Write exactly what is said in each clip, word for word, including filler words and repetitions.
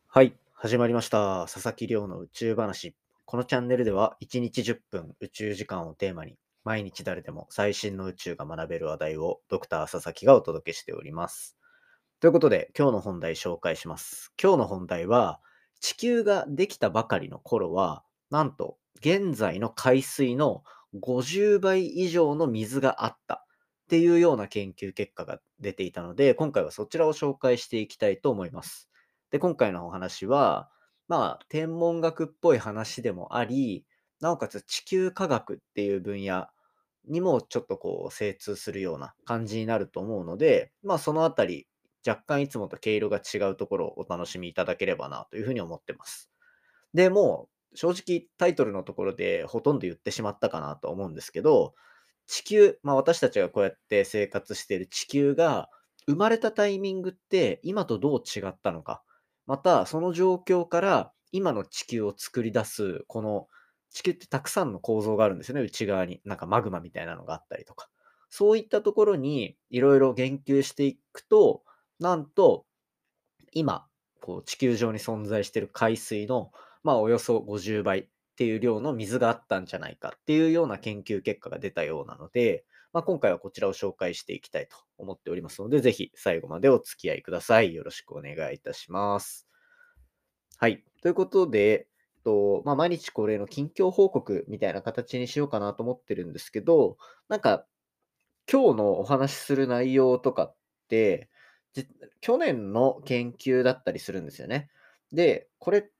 はい、始まりました。佐々木亮の宇宙話。このチャンネルではいちにちじゅっぷん宇宙時間をテーマに、毎日誰でも最新の宇宙が学べる話題をドクター佐々木がお届けしております。ということで、今日の本題紹介します。今日の本題は、地球ができたばかりの頃は、なんと現在の海水のごじゅうばい以上の水があったっていうような研究結果が出ていたので、今回はそちらを紹介していきたいと思います。で、今回のお話は、まあ、天文学っぽい話でもあり、なおかつ地球科学っていう分野にもちょっとこう精通するような感じになると思うので、まあそのあたり、若干いつもと毛色が違うところをお楽しみいただければなというふうに思ってます。で、もう正直タイトルのところでほとんど言ってしまったかなと思うんですけど、地球、まあ私たちがこうやって生活している地球が生まれたタイミングって今とどう違ったのか、またその状況から今の地球を作り出す、この地球ってたくさんの構造があるんですよね、内側に。なんかマグマみたいなのがあったりとか。そういったところにいろいろ言及していくと、なんと今、こう地球上に存在している海水の、まあ、およそごじゅうばいっていう量の水があったんじゃないかっていうような研究結果が出たようなので、まあ、今回はこちらを紹介していきたいと思っておりますので、ぜひ最後までお付き合いください。よろしくお願いいたします。はい。ということで、えっと、まあ、毎日恒例の近況報告みたいな形にしようかなと思ってるんですけど、なんか今日のお話しする内容とかって、じ去年の研究だったりするんですよね。で、これって、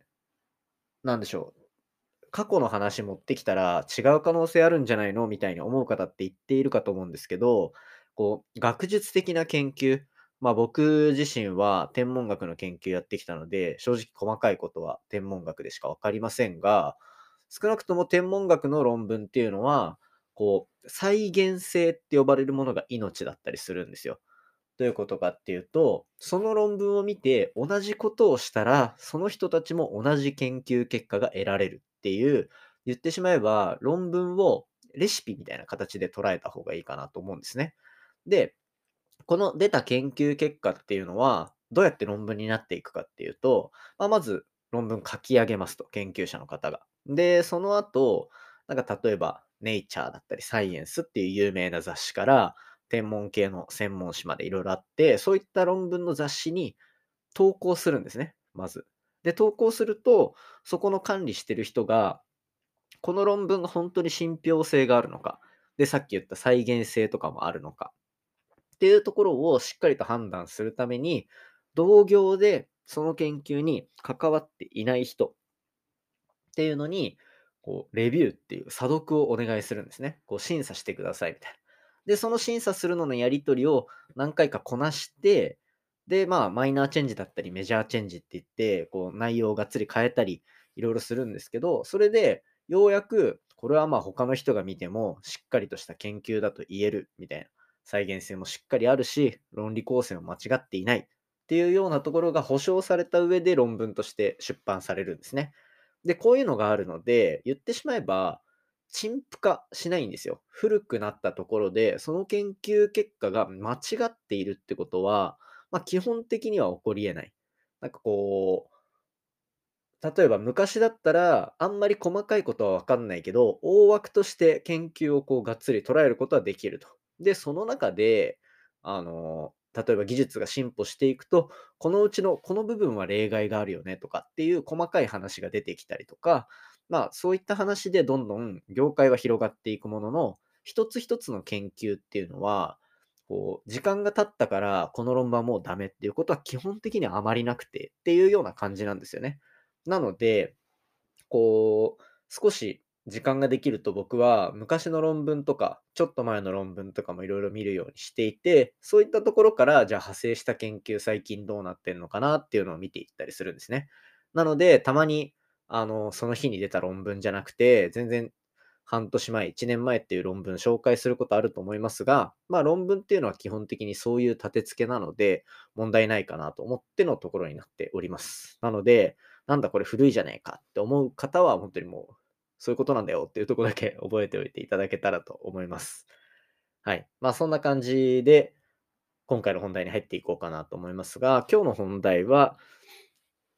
なんでしょう、過去の話持ってきたら違う可能性あるんじゃないのみたいに思う方って言っているかと思うんですけど、こう、学術的な研究、まあ僕自身は天文学の研究やってきたので、正直細かいことは天文学でしかわかりませんが、少なくとも天文学の論文っていうのは、こう、再現性って呼ばれるものが命だったりするんですよ。どういうことかっていうと、その論文を見て同じことをしたら、その人たちも同じ研究結果が得られるっていう、言ってしまえば論文をレシピみたいな形で捉えた方がいいかなと思うんですね。で、この出た研究結果っていうのは、どうやって論文になっていくかっていうと、まあ、まず論文書き上げますと、研究者の方が。で、その後、なんか例えば、ネイチャーだったり、サイエンスっていう有名な雑誌から、天文系の専門誌までいろいろあって、そういった論文の雑誌に投稿するんですね、まず。で、投稿すると、そこの管理してる人が、この論文が本当に信憑性があるのか、で、さっき言った再現性とかもあるのか、っていうところをしっかりと判断するために、同業でその研究に関わっていない人っていうのに、こう、レビューっていう査読をお願いするんですね。こう、審査してくださいみたいな。で、その審査するののやり取りを何回かこなして、で、まあ、マイナーチェンジだったり、メジャーチェンジって言って、こう、内容をがっつり変えたり、いろいろするんですけど、それで、ようやく、これはまあ他の人が見ても、しっかりとした研究だと言える、みたいな。再現性もしっかりあるし、論理構成も間違っていない。っていうようなところが保証された上で論文として出版されるんですね。で、こういうのがあるので、言ってしまえば、陳腐化しないんですよ。古くなったところで、その研究結果が間違っているってことは、まあ、基本的には起こり得ない。なんかこう、例えば昔だったら、あんまり細かいことはわかんないけど、大枠として研究をこうがっつり捉えることはできると。で、その中で、あの、例えば技術が進歩していくと、このうちのこの部分は例外があるよねとかっていう細かい話が出てきたりとか、まあそういった話でどんどん業界は広がっていくものの、一つ一つの研究っていうのは、こう、時間が経ったからこの論文はもうダメっていうことは基本的にはあまりなくてっていうような感じなんですよね。なので、こう、少し時間ができると僕は昔の論文とか、ちょっと前の論文とかもいろいろ見るようにしていて、そういったところから、じゃあ派生した研究最近どうなってんのかなっていうのを見ていったりするんですね。なので、たまに、あの、その日に出た論文じゃなくて、全然半年前、いちねんまえっていう論文紹介することあると思いますが、まあ論文っていうのは基本的にそういう立て付けなので、問題ないかなと思ってのところになっております。なので、なんだこれ古いじゃねえかって思う方は、本当にもう、そういうことなんだよっていうところだけ覚えておいていただけたらと思います。はい。まあ、そんな感じで、今回の本題に入っていこうかなと思いますが、今日の本題は、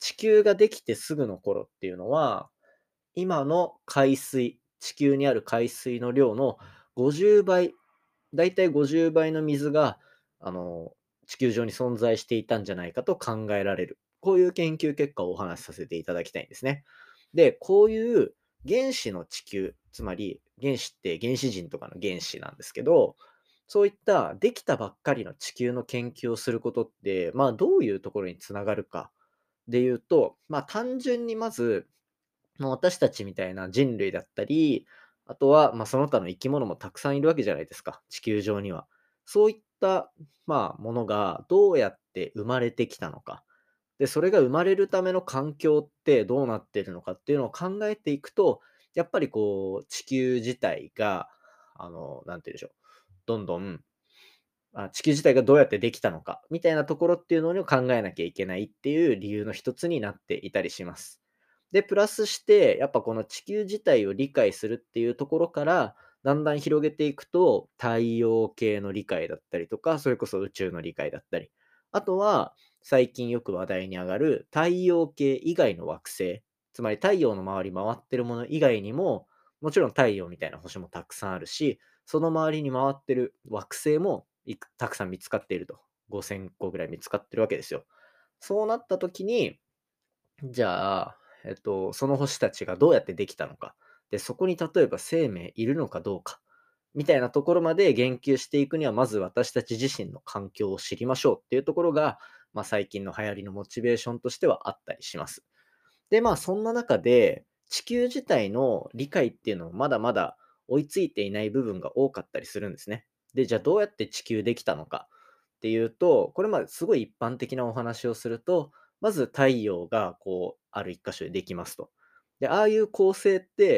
地球ができてすぐの頃っていうのは、今の海水、地球にある海水の量のごじゅうばい、だいたいごじゅうばいの水が、あの、地球上に存在していたんじゃないかと考えられる。こういう研究結果をお話しさせていただきたいんですね。で、こういう原始の地球、つまり原子って原始人とかの原子なんですけど、そういったできたばっかりの地球の研究をすることって、まあどういうところにつながるかで言うと、まあ単純にまず、まあ私たちみたいな人類だったり、あとは、まあその他の生き物もたくさんいるわけじゃないですか、地球上には。そういった、まあものがどうやって生まれてきたのか。で、それが生まれるための環境ってどうなってるのかっていうのを考えていくと、やっぱりこう、地球自体が、あの、なんて言うんでしょう、どんどん、あ、地球自体がどうやってできたのか、みたいなところっていうのを考えなきゃいけないっていう理由の一つになっていたりします。で、プラスして、やっぱこの地球自体を理解するっていうところから、だんだん広げていくと、太陽系の理解だったりとか、それこそ宇宙の理解だったり、あとは、最近よく話題に上がる太陽系以外の惑星、つまり太陽の周り回ってるもの以外にも、もちろん太陽みたいな星もたくさんあるし、その周りに回ってる惑星もいくたくさん見つかっていると。ごせんこぐらい見つかってるわけですよ。そうなった時に、じゃあ、えっと、その星たちがどうやってできたのか。で、そこに例えば生命いるのかどうか。みたいなところまで言及していくには、まず私たち自身の環境を知りましょうっていうところが、まあ、最近の流行りのモチベーションとしてはあったりします。で、まあ、そんな中で、地球自体の理解っていうのもまだまだ追いついていない部分が多かったりするんですね。で、じゃあどうやって地球できたのかっていうと、これまですごい一般的なお話をすると、まず太陽がこう、ある一箇所でできますと。で、ああいう構成って、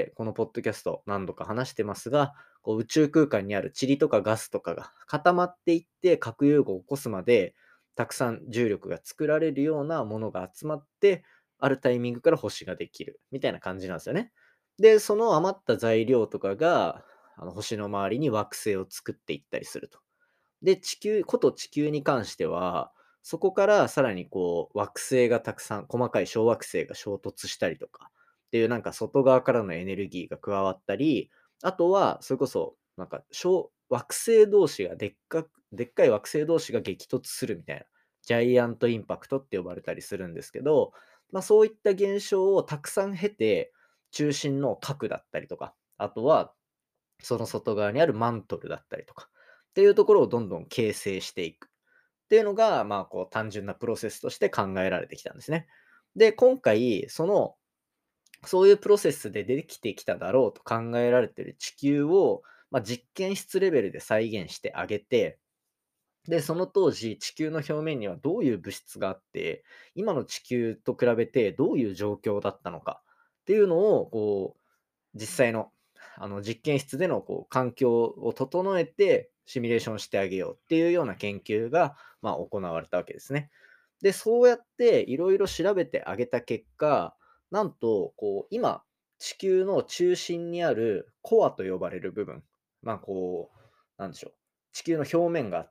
このポッドキャスト何度か話してますが、こう宇宙空間にある塵とかガスとかが固まっていって核融合を起こすまで、たくさん重力が作られるようなものが集まって、あるタイミングから星ができるみたいな感じなんですよね。で、その余った材料とかが、あの星の周りに惑星を作っていったりすると。で、地球こと地球に関しては、そこからさらにこう惑星がたくさん、細かい小惑星が衝突したりとかっていうなんか外側からのエネルギーが加わったり、あとはそれこそなんか小惑星同士がでっかくでっかい惑星同士が激突するみたいな、ジャイアントインパクトって呼ばれたりするんですけど、ま、そういった現象をたくさん経て、中心の核だったりとか、あとはその外側にあるマントルだったりとかっていうところをどんどん形成していくっていうのが、まあ、こう単純なプロセスとして考えられてきたんですね。で、今回、その、そういうプロセスでできてきただろうと考えられている地球を、まあ、実験室レベルで再現してあげて、で、その当時、地球の表面にはどういう物質があって、今の地球と比べてどういう状況だったのかっていうのを、こう、実際の、あの、実験室でのこう環境を整えて、シミュレーションしてあげようっていうような研究が、まあ、行われたわけですね。で、そうやっていろいろ調べてあげた結果、なんと、こう、今、地球の中心にあるコアと呼ばれる部分、まあ、こう、なんでしょう、地球の表面があって、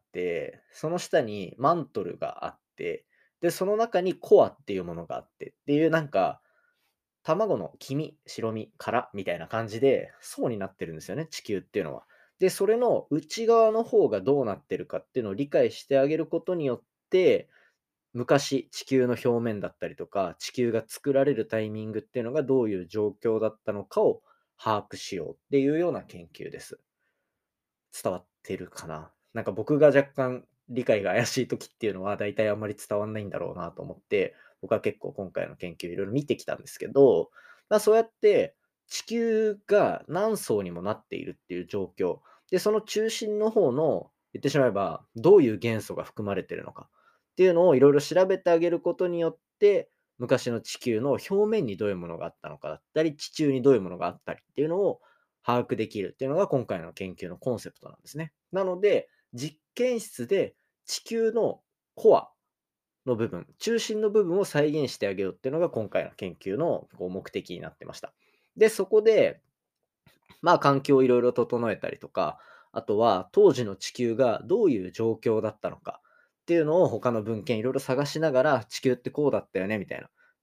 その下にマントルがあって、で、その中にコアっていうものがあってっていうなんか、卵の黄身、白身、殻みたいな感じで層になってるんですよね、地球っていうのは。で、それの内側の方がどうなってるかっていうのを理解してあげることによって、昔地球の表面だったりとか、地球が作られるタイミングっていうのがどういう状況だったのかを把握しようっていうような研究です。伝わってるかな。なんか僕が若干理解が怪しい時っていうのは、だいたいあんまり伝わんないんだろうなと思って、僕は結構今回の研究いろいろ見てきたんですけど、ま、そうやって地球が何層にもなっているっていう状況、で、その中心の方の、言ってしまえば、どういう元素が含まれているのかっていうのをいろいろ調べてあげることによって、昔の地球の表面にどういうものがあったのかだったり、地中にどういうものがあったりっていうのを把握できるっていうのが今回の研究のコンセプトなんですね。なので、実験室で地球のコアの部分、中心の部分を再現してあげようっていうのが今回の研究のこう目的になってました。で、そこで、まあ環境をいろいろ整えたりとか、あとは当時の地球がどういう状況だったのかっていうのを他の文献いろいろ探しながら、地球ってこうだったよねみたいな。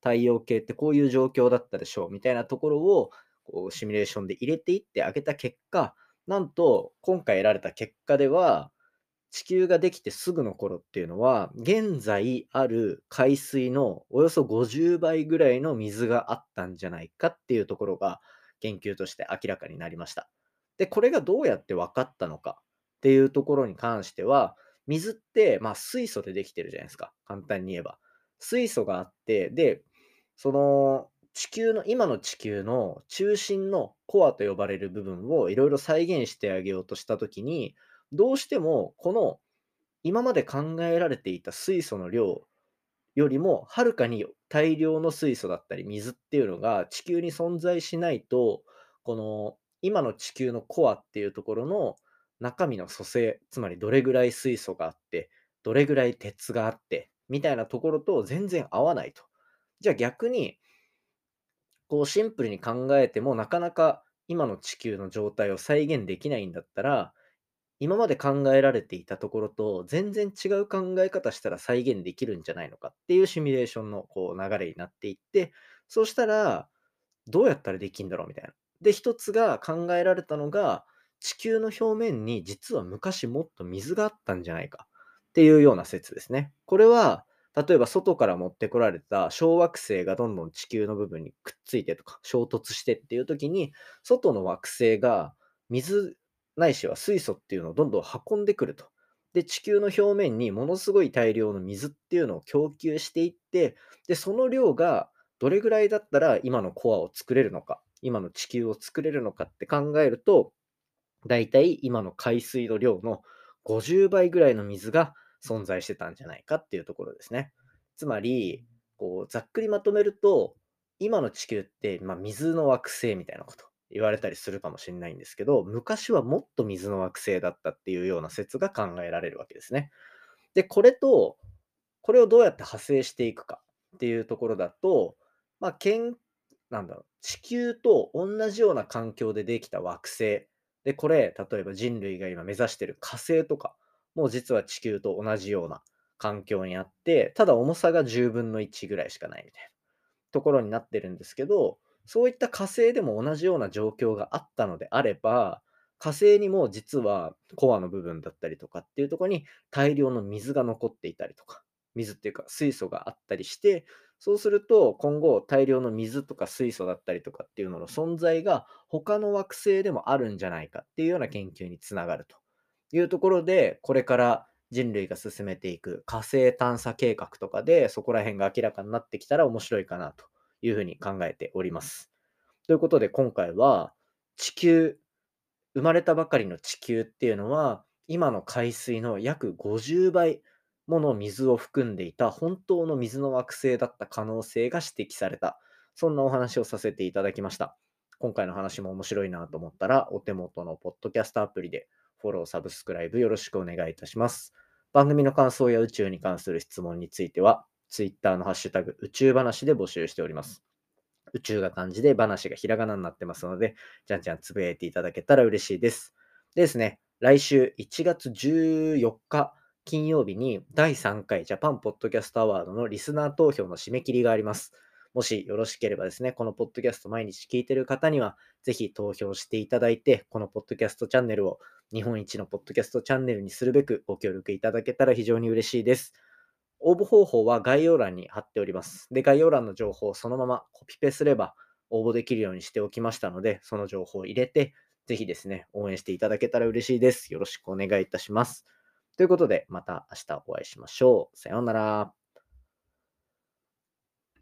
太陽系ってこういう状況だったでしょうみたいなところをこうシミュレーションで入れていってあげた結果、なんと今回得られた結果では、地球ができてすぐの頃っていうのは、現在ある海水のおよそごじゅうばいぐらいの水があったんじゃないかっていうところが研究として明らかになりました。で、これがどうやって分かったのかっていうところに関しては、水って、まあ、水素でできてるじゃないですか。簡単に言えば。水素があって、で、その地球の、今の地球の中心のコアと呼ばれる部分をいろいろ再現してあげようとしたときに、どうしてもこの今まで考えられていた水素の量よりもはるかに大量の水素だったり水っていうのが地球に存在しないと、この今の地球のコアっていうところの中身の組成、つまりどれぐらい水素があって、どれぐらい鉄があって、みたいなところと全然合わないと。じゃあ逆に、こうシンプルに考えてもなかなか今の地球の状態を再現できないんだったら、今まで考えられていたところと全然違う考え方したら再現できるんじゃないのかっていうシミュレーションのこう流れになっていって、そうしたらどうやったらできんだろうみたいな。で、一つが考えられたのが、地球の表面に実は昔もっと水があったんじゃないかっていうような説ですね。これは、例えば外から持ってこられた小惑星がどんどん地球の部分にくっついてとか衝突してっていう時に、外の惑星が水ないしは水素っていうのをどんどん運んでくると。で、地球の表面にものすごい大量の水っていうのを供給していって、で、その量がどれぐらいだったら今のコアを作れるのか、今の地球を作れるのかって考えると、だいたい今の海水の量のごじゅうばいぐらいの水が存在してたんじゃないかっていうところですね。つまり、こうざっくりまとめると、今の地球って、まあ、水の惑星みたいなこと言われたりするかもしれないんですけど、昔はもっと水の惑星だったっていうような説が考えられるわけですね。で、これと、これをどうやって派生していくかっていうところだと、まあ、けんなんだろう、地球と同じような環境でできた惑星。で、これ、例えば人類が今目指してる火星とか、もう実は地球と同じような環境にあって、ただ重さがじゅうぶんのいちぐらいしかないみたいなところになってるんですけど、そういった火星でも同じような状況があったのであれば、火星にも実はコアの部分だったりとかっていうところに大量の水が残っていたりとか、水っていうか水素があったりして、そうすると今後大量の水とか水素だったりとかっていうのの存在が他の惑星でもあるんじゃないかっていうような研究につながるというところで、これから人類が進めていく火星探査計画とかでそこら辺が明らかになってきたら面白いかなというふうに考えております。ということで今回は地球、生まれたばかりの地球っていうのは今の海水の約ごじゅうばいもの水を含んでいた本当の水の惑星だった可能性が指摘された。そんなお話をさせていただきました。今回の話も面白いなと思ったらお手元のポッドキャストアプリでフォロー、サブスクライブよろしくお願いいたします。番組の感想や宇宙に関する質問については Twitter のハッシュタグ宇宙話で募集しております。宇宙が漢字で話がひらがなになってますので、じゃんじゃんつぶやいていただけたら嬉しいです。でですね、来週いちがつじゅうよっか金曜日にだいさんかいジャパンポッドキャストアワードのリスナー投票の締め切りがあります。もしよろしければですね、このポッドキャスト毎日聞いている方には、ぜひ投票していただいて、このポッドキャストチャンネルを日本一のポッドキャストチャンネルにするべくご協力いただけたら非常に嬉しいです。応募方法は概要欄に貼っております。で、概要欄の情報をそのままコピペすれば応募できるようにしておきましたので、その情報を入れて、ぜひですね、応援していただけたら嬉しいです。よろしくお願いいたします。ということで、また明日お会いしましょう。さようなら。